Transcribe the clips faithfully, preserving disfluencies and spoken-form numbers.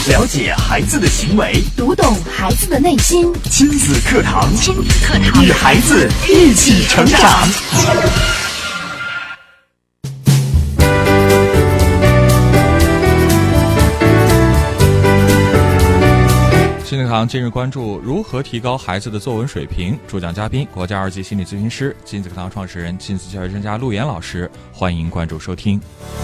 了解孩子的行为， 读懂孩子的内心。 亲子课堂， 亲子课堂， 与孩子一起成长。 亲子课堂今日关注如何提高孩子的作文水平，主讲嘉宾国家二级心理咨询师、亲子课堂创始人、亲子教育专家陆岩老师，欢迎关注收听。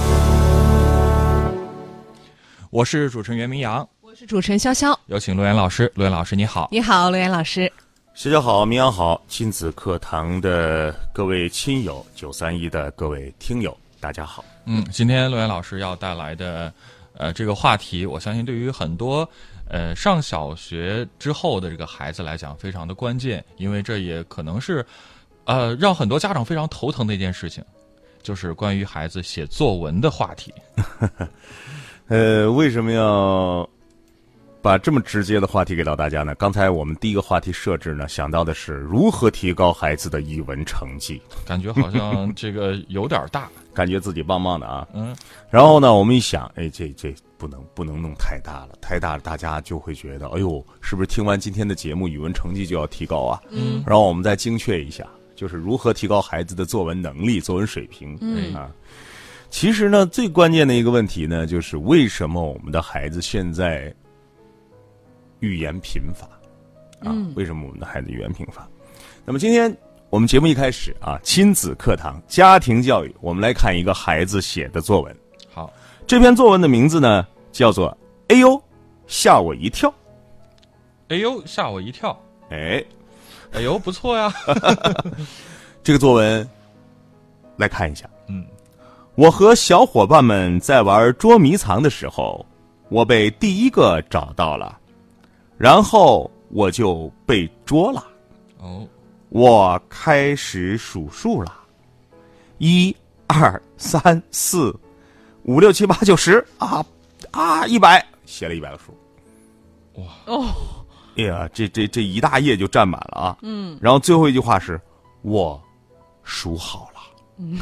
我是主持人袁明阳， 我是主持人潇潇， 有请陆岩老师。陆岩老师你好。 你好，陆岩老师。 大家好，明阳好，亲子课堂的各位亲友，九三一的各位听友，大家好。 嗯，今天陆岩老师要带来的呃这个话题，我相信对于很多呃上小学之后的这个孩子来讲非常的关键，因为这也可能是呃让很多家长非常头疼的一件事情，就是关于孩子写作文的话题。 呃，为什么要把这么直接的话题给到大家呢？刚才我们第一个话题设置呢，想到的是如何提高孩子的语文成绩， 感觉好像这个有点大， 感觉自己棒棒的啊。 嗯。 然后呢，我们一想，哎，这这不能不能弄太大了，太大了，大家就会觉得，哎呦，是不是听完今天的节目，语文成绩就要提高啊？嗯。然后我们再精确一下，就是如何提高孩子的作文能力、作文水平。嗯啊。其实呢，最关键的一个问题呢，就是为什么我们的孩子现在语言贫乏啊？嗯、为什么我们的孩子语言贫乏？那么今天我们节目一开始啊，亲子课堂家庭教育，我们来看一个孩子写的作文。 好， 这篇作文的名字呢叫做“哎呦，吓我一跳”。 哎呦，吓我一跳！ 哎， 哎呦，不错呀！ 这个作文来看一下。 嗯。 我和小伙伴们在玩捉迷藏的时候，我被第一个找到了，然后我就被捉了。 哦， 我开始数数了，一、二、三、四、五、六、七、八、九、十啊啊，一百，写了一百个数。 哇哦， 哎呀，这这这一大页就占满了啊。 嗯， 然后最后一句话是，我数好了。 嗯，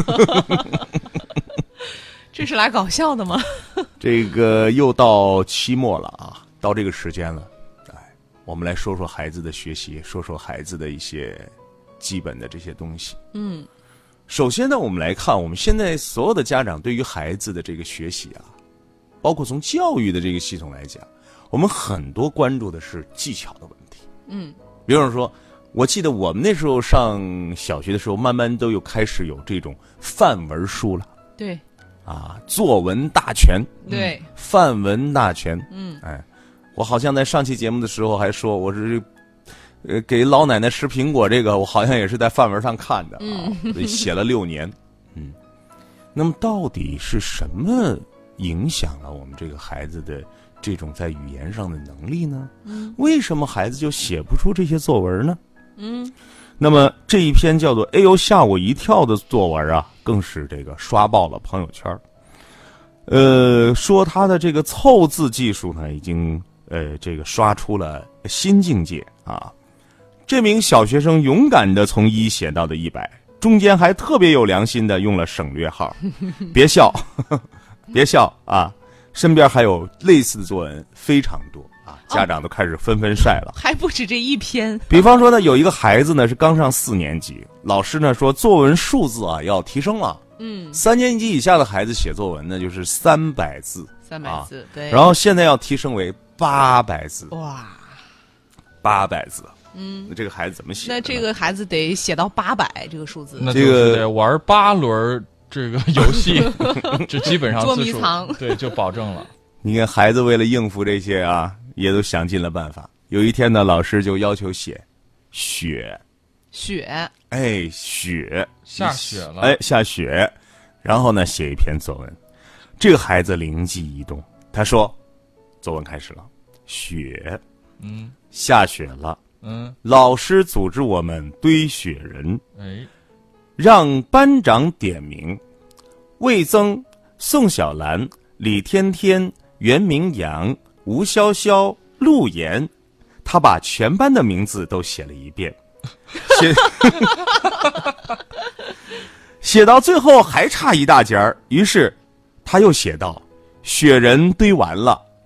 这是来搞笑的吗？ 这个又到期末了啊，到这个时间了，哎，我们来说说孩子的学习，说说孩子的一些基本的这些东西。 嗯， 首先呢，我们来看我们现在所有的家长对于孩子的这个学习啊，包括从教育的这个系统来讲，我们很多关注的是技巧的问题。 嗯， 比方说。我记得我们那时候上小学的时候，慢慢都有开始有这种范文书了。 对， 啊，作文大全。 对， 范文大全。 嗯， 哎，我好像在上期节目的时候还说，我是呃给老奶奶吃苹果，这个我好像也是在范文上看的啊，嗯、写了六年。嗯，那么到底是什么影响了我们这个孩子的这种在语言上的能力呢？嗯，为什么孩子就写不出这些作文呢？ 嗯， 那么这一篇叫做“哎呦吓我一跳”的作文啊，更是这个刷爆了朋友圈。呃，说他的这个凑字技术呢，已经呃这个刷出了新境界啊。这名小学生勇敢地从一写到的一百，中间还特别有良心的用了省略号。别笑，呵呵别笑啊！身边还有类似的作文非常多。家长都开始纷纷晒了、 哦、还不止这一篇。 比方说呢，有一个孩子呢是刚上四年级，老师呢说作文数字啊要提升了。 嗯， 三年级以下的孩子写作文呢就是三百字， 三百字、啊、对。 然后现在要提升为八百字。 哇， 八百字。 嗯， 那这个孩子怎么写？ 那这个孩子得写到八百这个数字。 那就是得玩八轮这个游戏，这基本上捉迷藏， 对，就保证了。 你看孩子为了应付这些啊。也都想尽了办法。有一天呢，老师就要求写雪， 雪， 哎，雪， 下雪了， 哎，下雪。然后呢，写一篇作文。这个孩子灵机一动，他说：“作文开始了，雪， 嗯， 下雪了， 嗯， 老师组织我们堆雪人， 哎， 让班长点名，魏增、宋小兰、李天天、袁明阳。”吴潇潇、陆岩，他把全班的名字都写了一遍，写写到最后还差一大截儿，于是他又写道：雪人堆完了，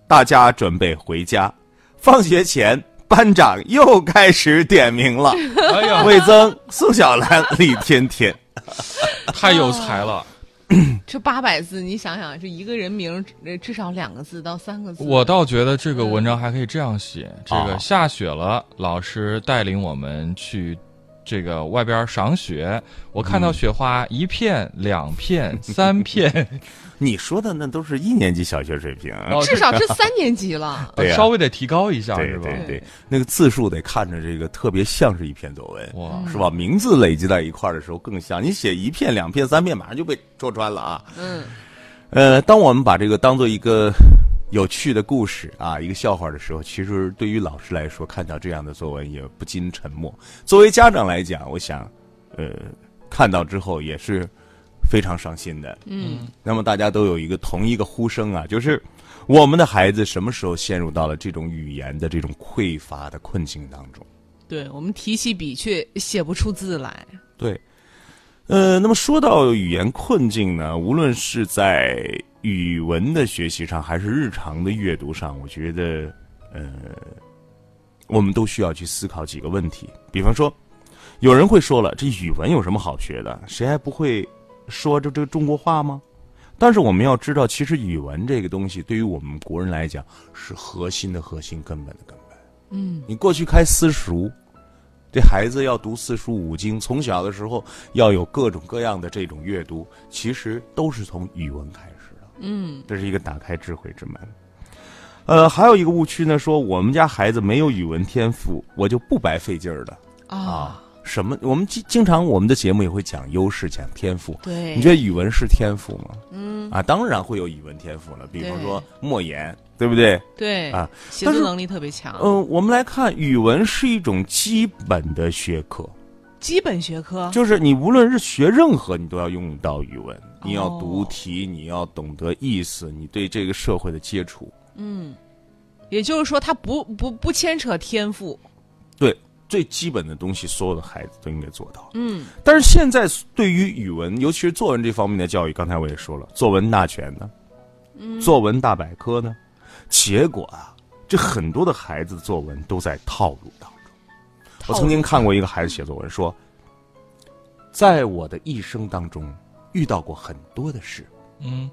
大家准备回家。放学前，班长又开始点名了。 哎呀， 魏增、宋小兰、李天天， 太有才了。 这八百字，你想想，这一个人名呃至少两个字到三个字。 我倒觉得这个文章还可以这样写：这个哦下雪了，老师带领我们去这个外边赏雪。我看到雪花一片、两片、三片， 你说的那都是一年级小学水平啊。 哦至少这三年级了。 对呀稍微得提高一下， 对是吧？ 对对，那个字数得看着这个特别像是一篇作文， 哇， 是吧？名字累积在一块儿的时候更像。你写一片、两片、三片，马上就被戳穿了啊。 嗯， 呃，当我们把这个当做一个有趣的故事啊，一个笑话的时候，其实对于老师来说，看到这样的作文也不禁沉默。作为家长来讲，我想，呃，看到之后也是非常伤心的。 嗯， 那么大家都有一个同一个呼声啊，就是我们的孩子什么时候陷入到了这种语言的这种匮乏的困境当中？ 对，我们提起笔却写不出字来。 对，呃，那么说到语言困境呢，无论是在语文的学习上，还是日常的阅读上，我觉得，呃，我们都需要去思考几个问题。比方说，有人会说了，这语文有什么好学的？谁还不会说这这个中国话吗？但是我们要知道，其实语文这个东西对于我们国人来讲是核心的核心，根本的根本。 嗯， 你过去开私塾，这孩子要读四书五经，从小的时候要有各种各样的这种阅读，其实都是从语文开始的。 嗯， 这是一个打开智慧之门。呃，还有一个误区呢，说我们家孩子没有语文天赋，我就不白费劲儿了啊。 什么？我们经经常我们的节目也会讲优势，讲天赋。 对， 你觉得语文是天赋吗？ 嗯啊，当然会有语文天赋了，比方说默言，对不对？ 对啊， 写作能力特别强。 嗯、呃，我们来看，语文是一种基本的学科， 基本学科就是你无论是学任何，你都要用到语文。你要读哦题，你要懂得意思，你对这个社会的接触。 嗯，也就是说，它不不不牵扯天赋。 对。最基本的东西，所有的孩子都应该做到。 嗯， 但是现在对于语文，尤其是作文这方面的教育，刚才我也说了，作文大全呢，嗯，作文大百科呢，结果啊，这很多的孩子的作文都在套路当中。我曾经看过一个孩子写作文说，在我的一生当中遇到过很多的事， 嗯，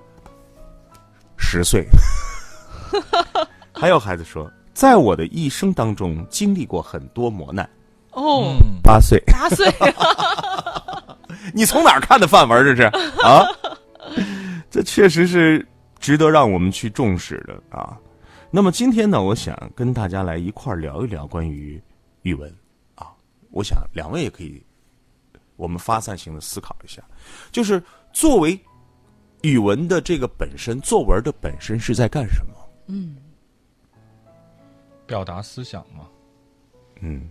十岁，还有孩子说。在我的一生当中，经历过很多磨难。 哦， 八岁， 八岁， 你从哪儿看的范文？这是啊，这确实是值得让我们去重视的啊。那么今天呢，我想跟大家来一块儿聊一聊关于语文啊。我想两位也可以，我们发散性的思考一下，就是作为语文的这个本身，作文的本身是在干什么？ 嗯。 表达思想嘛， 嗯，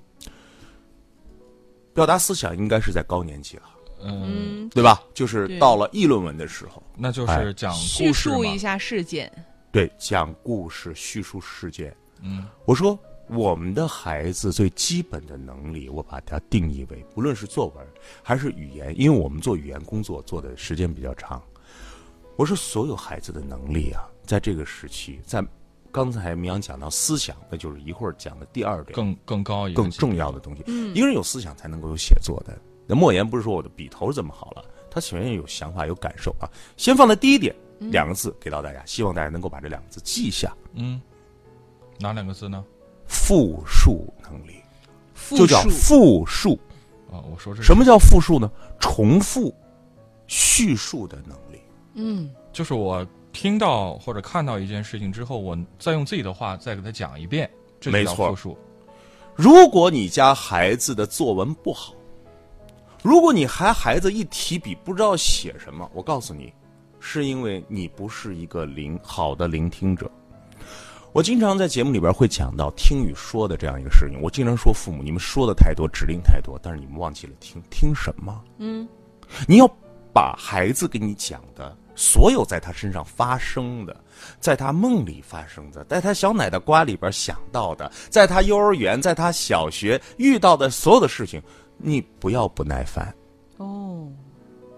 表达思想应该是在高年级了， 嗯， 对吧？就是到了议论文的时候， 那就是讲叙故事嘛述一下事件。 对，讲故事、叙述事件。 嗯， 我说我们的孩子最基本的能力，我把它定义为，不论是作文还是语言，因为我们做语言工作做的时间比较长。我说所有孩子的能力啊，在这个时期，在刚才明阳讲到思想，那就是一会儿讲的第二点， 更更高一个更重要的东西。 嗯， 一个人有思想才能够有写作的。那莫言不是说我的笔头怎么好了，他喜欢有想法、有感受啊。先放在第一点， 嗯、 两个字给到大家，希望大家能够把这两个字记下。 嗯，哪两个字呢？ 复述能力， 复就叫复述。 啊、哦，我说是什么叫复述呢？重复叙述的能力。 嗯， 就是我听到或者看到一件事情之后，我再用自己的话再给他讲一遍，这就叫复述。 如果你家孩子的作文不好，如果你还孩子一提笔不知道写什么，我告诉你，是因为你不是一个聆好的聆听者。我经常在节目里边会讲到听与说的这样一个事情。我经常说父母，你们说的太多，指令太多，但是你们忘记了听。听什么？ 嗯， 你要把孩子给你讲的所有在他身上发生的，在他梦里发生的，在他小奶的瓜里边想到的，在他幼儿园，在他小学遇到的所有的事情，你不要不耐烦哦，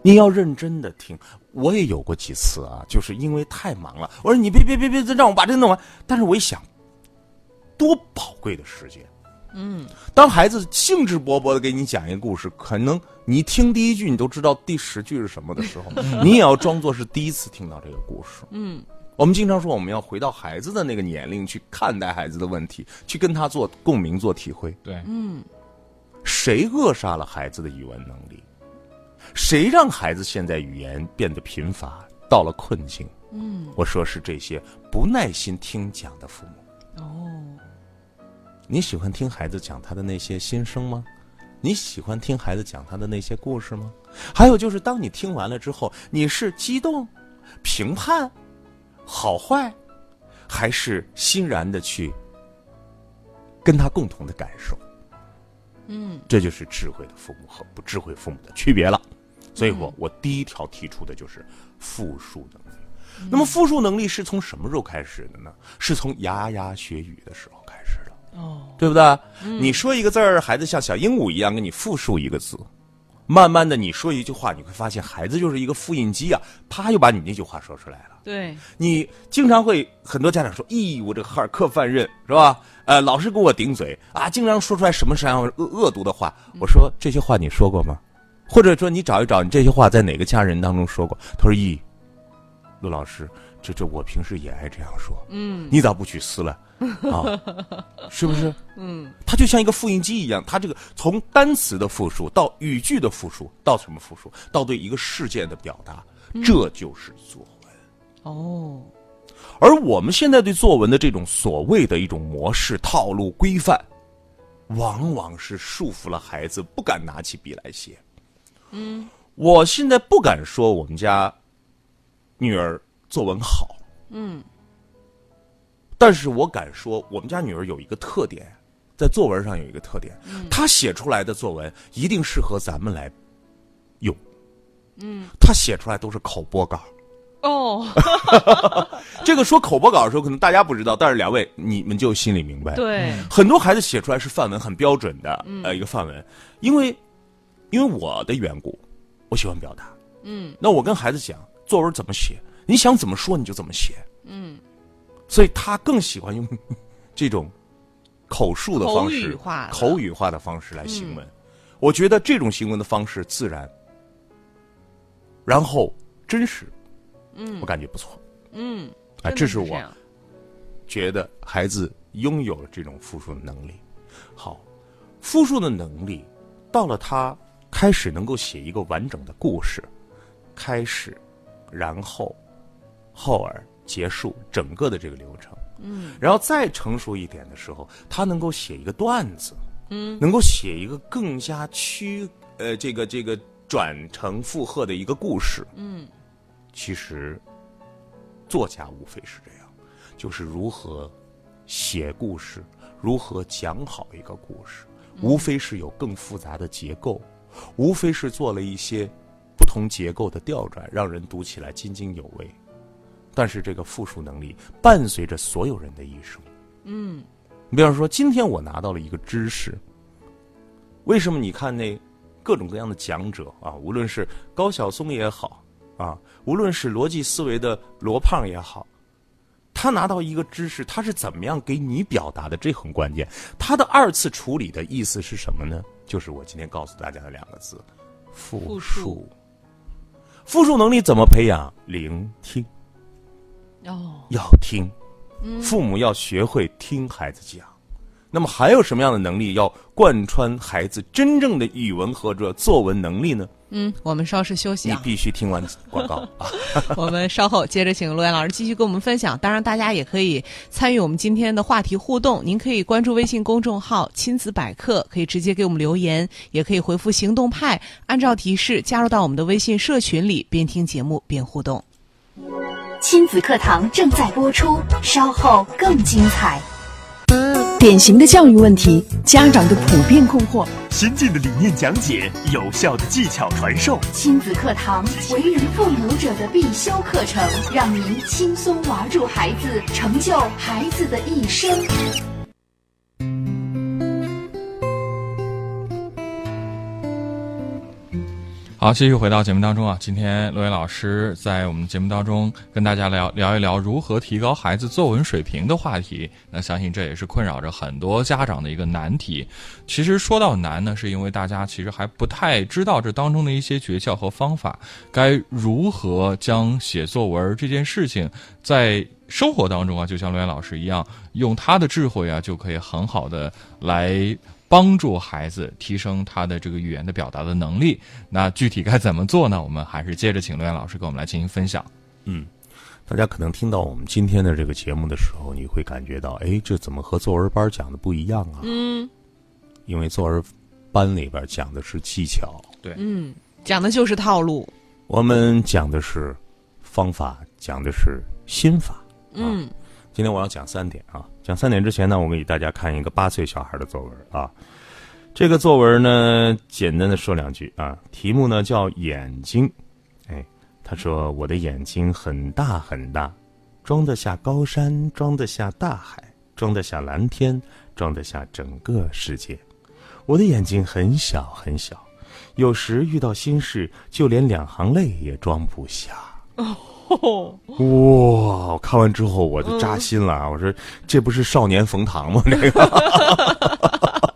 你要认真的听。我也有过几次啊，就是因为太忙了，我说你别别别别让我把这个弄完。但是我一想，多宝贵的时间。 嗯， 当孩子兴致勃勃的给你讲一个故事，可能你听第一句你都知道第十句是什么的时候，你也要装作是第一次听到这个故事。 嗯， 我们经常说我们要回到孩子的那个年龄去看待孩子的问题，去跟他做共鸣做体会。 对， 嗯， 谁扼杀了孩子的语文能力？谁让孩子现在语言变得贫乏，到了困境？ 嗯， 我说是这些不耐心听讲的父母。 哦， 你喜欢听孩子讲他的那些心声吗？你喜欢听孩子讲他的那些故事吗？还有就是，当你听完了之后，你是激动、评判、好坏，还是欣然的去跟他共同的感受？ 嗯， 这就是智慧的父母和不智慧父母的区别了。所以我我第一条提出的就是复述能力。嗯、那么复述能力是从什么时候开始的呢？是从牙牙学语的时候开始的。 哦， 对不对？ 嗯、 你说一个字儿，孩子像小鹦鹉一样跟你复述一个字，慢慢的你说一句话，你会发现孩子就是一个复印机啊，啪又把你那句话说出来了。 对， 你经常会很多家长说，咦，我这个孩儿可犯人是吧？呃，老是跟我顶嘴啊，经常说出来什么什么恶恶毒的话。我说这些话你说过吗？或者说你找一找，你这些话在哪个家人当中说过？他说，咦，陆老师，这这我平时也爱这样说。嗯，你咋不去撕了？啊，是不是？嗯，它就像一个复印机一样，它这个从单词的复述到语句的复述，到什么复述，到对一个事件的表达，嗯、这就是作文。 哦， 而我们现在对作文的这种所谓的一种模式、套路、规范，往往是束缚了孩子，不敢拿起笔来写。嗯，我现在不敢说我们家女儿作文好。嗯。但是我敢说，我们家女儿有一个特点，在作文上有一个特点，嗯、她写出来的作文一定适合咱们来用。嗯，她写出来都是口播稿。 哦， 这个说口播稿的时候，可能大家不知道，但是两位你们就心里明白。 对， 很多孩子写出来是范文，很标准的、嗯、呃一个范文，因为因为我的缘故，我喜欢表达。嗯，那我跟孩子讲作文怎么写，你想怎么说你就怎么写。嗯。所以他更喜欢用这种口述的方式、 口语化的口语化的方式来行文。嗯、我觉得这种行文的方式自然，然后真实，嗯，我感觉不错。嗯，啊，这是我觉得孩子拥有了这种复述的能力。好，复述的能力到了他开始能够写一个完整的故事，开始，然后，后而。结束整个的这个流程，嗯，然后再成熟一点的时候，他能够写一个段子，嗯，能够写一个更加曲呃这个这个转承负荷的一个故事，嗯，其实作家无非是这样，就是如何写故事，如何讲好一个故事，无非是有更复杂的结构，无非是做了一些不同结构的调转，让人读起来津津有味。但是这个复述能力伴随着所有人的一生。嗯，你比方说，今天我拿到了一个知识，为什么你看那各种各样的讲者啊，无论是高晓松也好啊，无论是逻辑思维的罗胖也好，他拿到一个知识，他是怎么样给你表达的？这很关键。他的二次处理的意思是什么呢？就是我今天告诉大家的两个字：复述。复述能力怎么培养？聆听。哦，要听，父母要学会听孩子讲。那么还有什么样的能力要贯穿孩子真正的语文或者作文能力呢？ 嗯，我们稍事休息、啊、 你必须听完广告啊！ 我们稍后接着请陆岩老师继续跟我们分享。当然，大家也可以参与我们今天的话题互动。您可以关注微信公众号“亲子百科”，可以直接给我们留言，也可以回复“行动派”，按照提示加入到我们的微信社群里，边听节目边互动。 亲子课堂正在播出，稍后更精彩。 典型的教育问题，家长的普遍困惑， 先进的理念讲解，有效的技巧传授。 亲子课堂，为人父母者的必修课程，让您轻松玩住孩子，成就孩子的一生。 好，继续回到节目当中啊。今天罗岩老师在我们节目当中跟大家聊聊一聊如何提高孩子作文水平的话题。那相信这也是困扰着很多家长的一个难题。其实说到难呢，是因为大家其实还不太知道这当中的一些诀窍和方法，该如何将写作文这件事情在生活当中啊，就像罗岩老师一样，用他的智慧啊，就可以很好的来帮助孩子提升他的这个语言的表达的能力。那具体该怎么做呢？我们还是接着请罗岩老师给我们来进行分享。 嗯，大家可能听到我们今天的这个节目的时候，你会感觉到，哎，这怎么和作文班讲的不一样啊？ 嗯， 因为作文班里边讲的是技巧， 对， 嗯，讲的就是套路。 我们讲的是方法，讲的是心法。 嗯， 今天我要讲三点啊。讲三点之前呢，我给大家看一个八岁小孩的作文啊。这个作文呢，简单的说两句啊。题目呢叫眼睛。哎，他说我的眼睛很大很大，装得下高山，装得下大海，装得下蓝天，装得下整个世界。我的眼睛很小很小，有时遇到心事，就连两行泪也装不下。 哦， 哇！我看完之后我就扎心了啊！我说这不是少年冯唐吗？这个，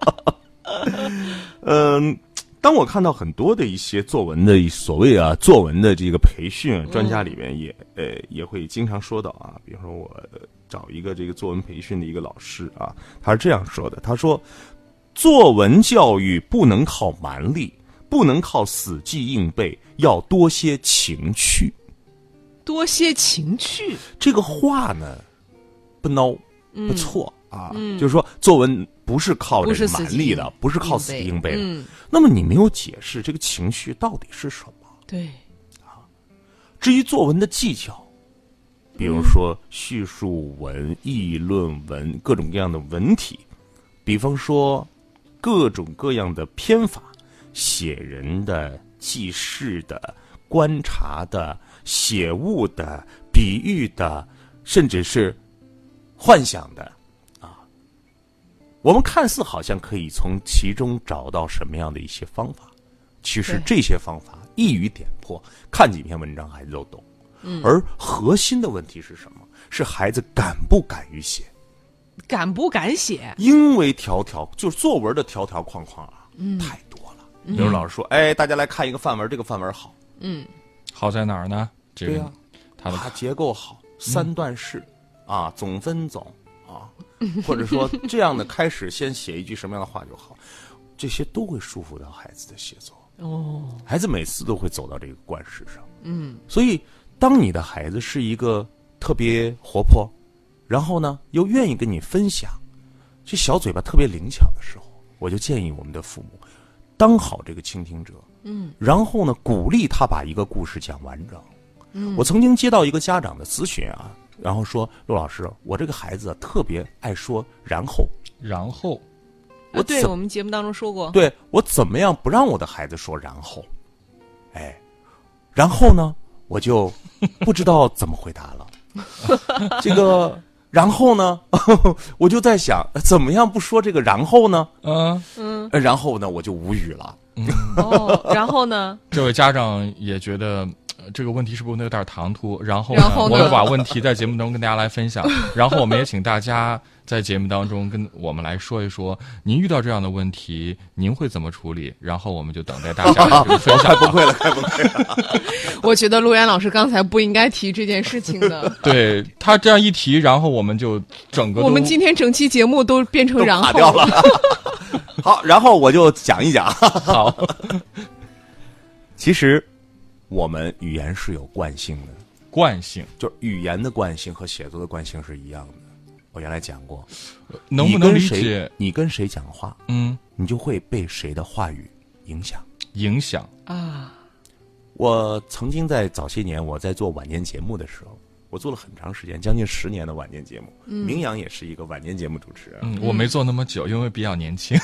嗯，当我看到很多的一些作文的所谓啊作文的这个培训专家里面也呃也会经常说到啊，比如说我找一个这个作文培训的一个老师啊，他是这样说的，他说，作文教育不能靠蛮力，不能靠死记硬背，要多些情趣。 多些情趣， 这个话呢，不孬，不错、 嗯、 啊、 嗯。 就是说，作文不是靠这蛮力的，不是靠死记硬背的、 嗯。 那么你没有解释这个情绪到底是什么？ 对。 啊，至于作文的技巧，比如说叙述文、议论文，各种各样的文体，比方说各种各样的篇法，写人的、记事的、观察的、写物的、比喻的，甚至是幻想的啊，我们看似好像可以从其中找到什么样的一些方法，其实这些方法一语点破，看几篇文章孩子都懂。嗯，而核心的问题是什么？是孩子敢不敢于写， 敢不敢写？ 因为条条就是作文的条条框框啊，嗯、太多了。比如老师说，哎，大家来看一个范文，这个范文好， 嗯， 好在哪儿呢？这个、 对呀、啊，它的结构好，三段式、嗯、啊，总分总啊，或者说这样的开始先写一句什么样的话就好，这些都会束缚到孩子的写作。哦，孩子每次都会走到这个惯式上。嗯，所以当你的孩子是一个特别活泼，然后呢又愿意跟你分享，这小嘴巴特别灵巧的时候，我就建议我们的父母当好这个倾听者。嗯，然后呢鼓励他把一个故事讲完整。嗯，我曾经接到一个家长的咨询啊，然后说，陆老师，我这个孩子、啊、特别爱说然后然后我、啊、对我们节目当中说过， 对，我怎么样不让我的孩子说然后，哎，然后呢我就不知道怎么回答了。这个然后呢我就在想怎么样不说这个然后呢，嗯嗯，然后呢我就无语了。 嗯、哦，然后呢这位家长也觉得这个问题是不是有点唐突，然后呢然后呢我们把问题在节目当中跟大家来分享，然后我们也请大家在节目当中跟我们来说一说，您遇到这样的问题您会怎么处理，然后我们就等待大家这个分享。 太崩溃了，太崩溃了。 我觉得陆岩老师刚才不应该提这件事情的。 对，他这样一提，然后我们就整个我们今天整期节目都变成然后掉了。好，然后我就讲一讲。 好， 其实我们语言是有惯性的， 惯性就是语言的惯性和写作的惯性是一样的。我原来讲过， 能不能理解？ 你跟谁讲话， 嗯， 你就会被谁的话语影响。 影响啊！ 我曾经在早些年，我在做晚间节目的时候，我做了很长时间，将近十年的晚间节目。嗯，明阳也是一个晚间节目主持人。 嗯，我没做那么久，因为比较年轻。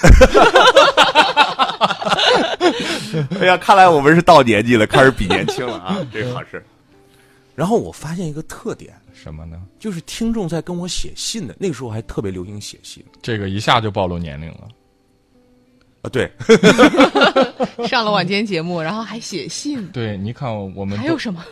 哎呀，看来我们是到年纪了，开始比年轻了啊，这是好事。然后我发现一个特点， 什么呢？ 就是听众在跟我写信的，那个时候还特别流行写信。 这个一下就暴露年龄了。 啊，对， 上了晚间节目，然后还写信。 对，你看我们还有什么？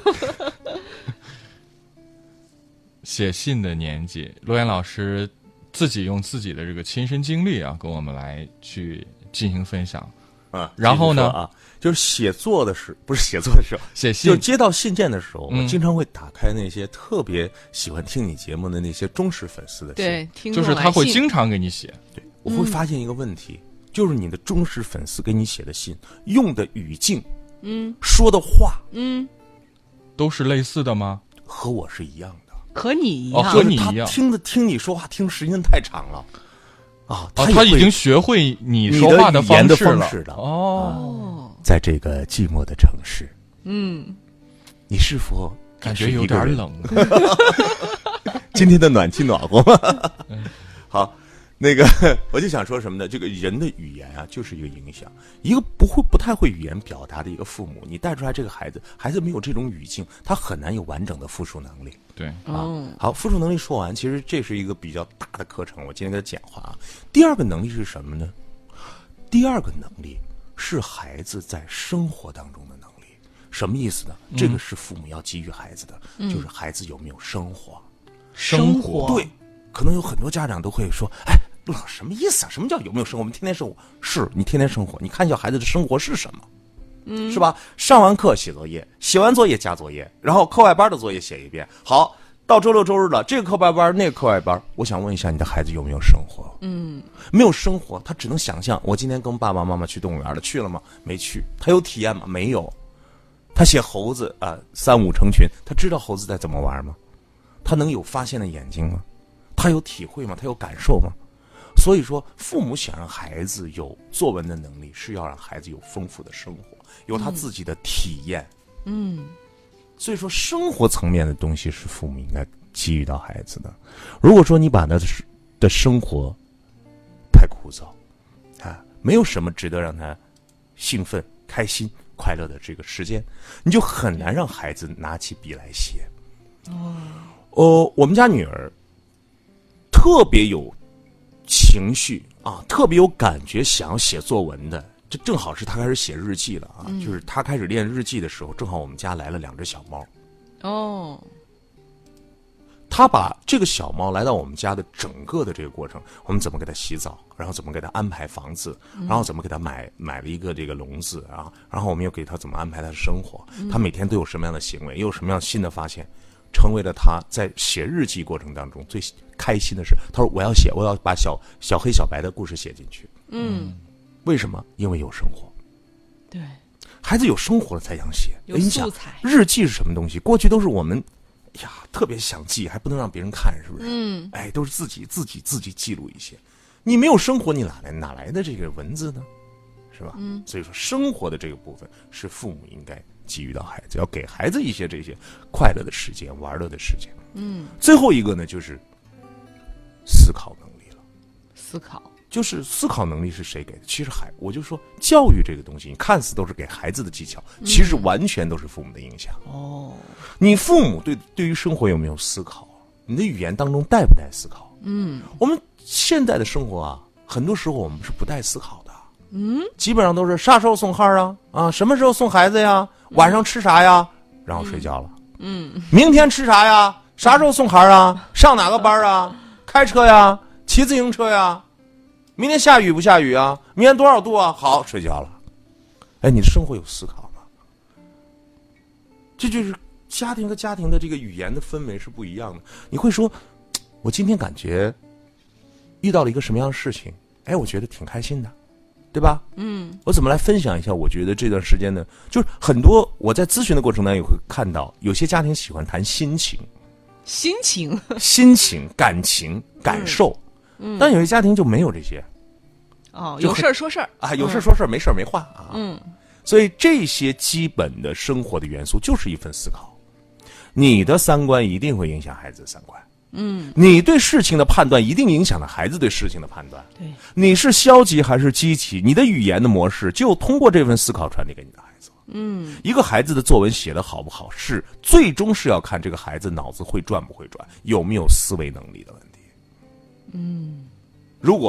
写信的年纪，罗岩老师自己用自己的这个亲身经历啊，跟我们来去进行分享啊。 然后呢啊，就是写作的时不是写作的时候， 写信就接到信件的时候， 嗯、 我经常会打开那些特别喜欢听你节目的那些忠实粉丝的信， 对，听就是他会经常给你写。 对，我会发现一个问题，嗯、就是你的忠实粉丝给你写的信，用的语境， 嗯， 说的话， 嗯， 都是类似的吗？ 和我是一样的。 和你一样， 哦、和你一样， 听的听你说话听时间太长了，啊，他、 哦、他已经学会你说话的方式了。 了哦、 啊，在这个寂寞的城市， 嗯， 你是否感觉有点冷？ 今天的暖气暖和吗？好。那个，我就想说什么呢？这个人的语言啊，就是一个影响。一个不会、不太会语言表达的一个父母，你带出来这个孩子，孩子没有这种语境，他很难有完整的复述能力。 对啊，好，复述能力说完，其实这是一个比较大的课程，我今天给他简化啊。第二个能力是什么呢？第二个能力是孩子在生活当中的能力。什么意思呢？嗯、这个是父母要给予孩子的，嗯、就是孩子有没有生活。 生活对，可能有很多家长都会说，哎。陆老师什么意思啊？什么叫有没有生活？我们天天生活，是你天天生活，你看一下孩子的生活是什么，嗯，是吧？上完课写作业，写完作业加作业，然后课外班的作业写一遍。好，到周六周日了，这个课外班，那个课外班，我想问一下，你的孩子有没有生活？ 嗯， 没有生活，他只能想象。我今天跟爸爸妈妈去动物园了，去了吗？没去。他有体验吗？没有。他写猴子啊、呃，三五成群，他知道猴子在怎么玩吗？他能有发现的眼睛吗？他有体会吗？他有感受吗？所以说，父母想让孩子有作文的能力，是要让孩子有丰富的生活，有他自己的体验。 嗯， 所以说，生活层面的东西是父母应该给予到孩子的。如果说你把他的生活太枯燥啊，没有什么值得让他兴奋、开心、快乐的这个时间，你就很难让孩子拿起笔来写。哦，哦，我们家女儿特别有情绪啊，特别有感觉，想要写作文的，这正好是他开始写日记了啊。嗯、就是他开始练日记的时候，正好我们家来了两只小猫。 哦， 他把这个小猫来到我们家的整个的这个过程，我们怎么给它洗澡，然后怎么给它安排房子，然后怎么给它买买了一个这个笼子啊，然后我们又给它怎么安排它的生活，他每天都有什么样的行为，又有什么样新的发现。成为了他在写日记过程当中最开心的事。他说：“我要写，我要把小小黑小白的故事写进去。” 嗯， 为什么？因为有生活。 对， 孩子有生活了才想写， 有素材。 日记是什么东西？过去都是我们呀特别想记，还不能让别人看，是不是？ 嗯， 哎，都是自己自己自己记录一些。你没有生活，你哪来哪来的这个文字呢？是吧？ 嗯， 所以说生活的这个部分是父母应该给予到孩子，要给孩子一些这些快乐的时间、玩乐的时间。 嗯， 最后一个呢，就是思考能力了。 思考就是思考能力是谁给的？其实孩，我就说教育这个东西，你看似都是给孩子的技巧，其实完全都是父母的影响。 哦， 你父母对对于生活有没有思考？你的语言当中带不带思考？ 嗯， 我们现在的生活啊，很多时候我们是不带思考的。 嗯， 基本上都是啥时候送孩啊？啊，什么时候送孩子呀？晚上吃啥呀？然后睡觉了。 嗯， 明天吃啥呀？啥时候送孩啊？上哪个班啊？开车呀？骑自行车呀？明天下雨不下雨啊？明天多少度啊？好，睡觉了。哎，你的生活有思考吗？这就是家庭和家庭的这个语言的氛围是不一样的。你会说，我今天感觉遇到了一个什么样的事情？哎，我觉得挺开心的。对吧？ 嗯， 我怎么来分享一下？我觉得这段时间呢，就是很多我在咨询的过程当中也会看到，有些家庭喜欢谈心情、 心情、 心情、感情、感受，嗯，但有些家庭就没有这些。 哦，有事儿说事儿啊，有事儿说事儿，没事儿没话啊。 嗯， 所以这些基本的生活的元素就是一份思考。你的三观一定会影响孩子的三观。 嗯， 你对事情的判断一定影响了孩子对事情的判断。 对， 你是消极还是积极，你的语言的模式就通过这份思考传递给你的孩子。 嗯， 一个孩子的作文写得好不好，是最终是要看这个孩子脑子会转不会转，有没有思维能力的问题。 嗯， 如果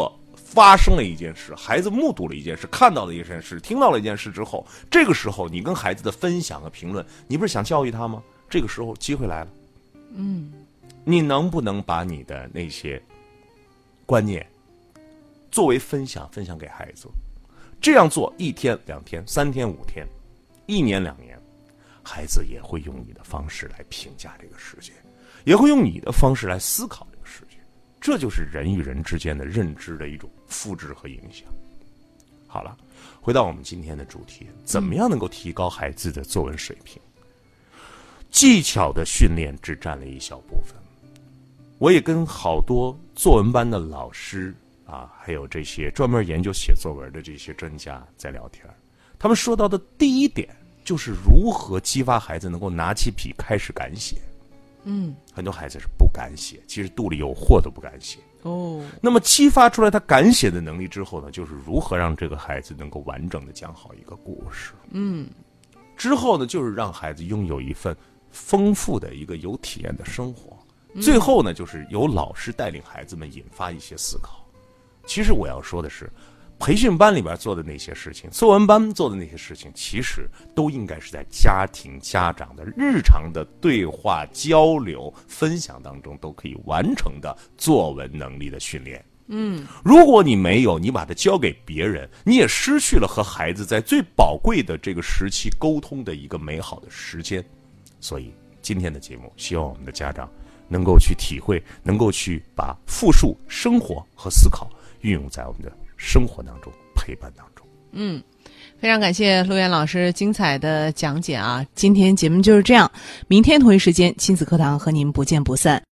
发生了一件事，孩子目睹了一件事，看到了一件事，听到了一件事之后，这个时候你跟孩子的分享和评论，你不是想教育他吗？这个时候机会来了， 嗯， 你能不能把你的那些观念作为分享分享给孩子？这样做一天、两天、三天、五天，一年、两年，孩子也会用你的方式来评价这个世界，也会用你的方式来思考这个世界。这就是人与人之间的认知的一种复制和影响。好了，回到我们今天的主题，怎么样能够提高孩子的作文水平？技巧的训练只占了一小部分。我也跟好多作文班的老师啊，还有这些专门研究写作文的这些专家在聊天，他们说到的第一点就是如何激发孩子能够拿起笔开始敢写。 嗯， 很多孩子是不敢写，其实肚里有货都不敢写。 哦， 那么激发出来他敢写的能力之后呢，就是如何让这个孩子能够完整的讲好一个故事。 嗯， 之后呢，就是让孩子拥有一份丰富的一个有体验的生活。最后呢，就是由老师带领孩子们引发一些思考。其实我要说的是，培训班里边做的那些事情，作文班做的那些事情，其实都应该是在家庭家长的日常的对话交流分享当中都可以完成的作文能力的训练。 嗯， 如果你没有，你把它交给别人，你也失去了和孩子在最宝贵的这个时期沟通的一个美好的时间。所以今天的节目，希望我们的家长能够去体会，能够去把复述生活和思考运用在我们的生活当中，陪伴当中。 嗯，非常感谢陆源老师精彩的讲解啊！今天节目就是这样，明天同一时间亲子课堂和您不见不散。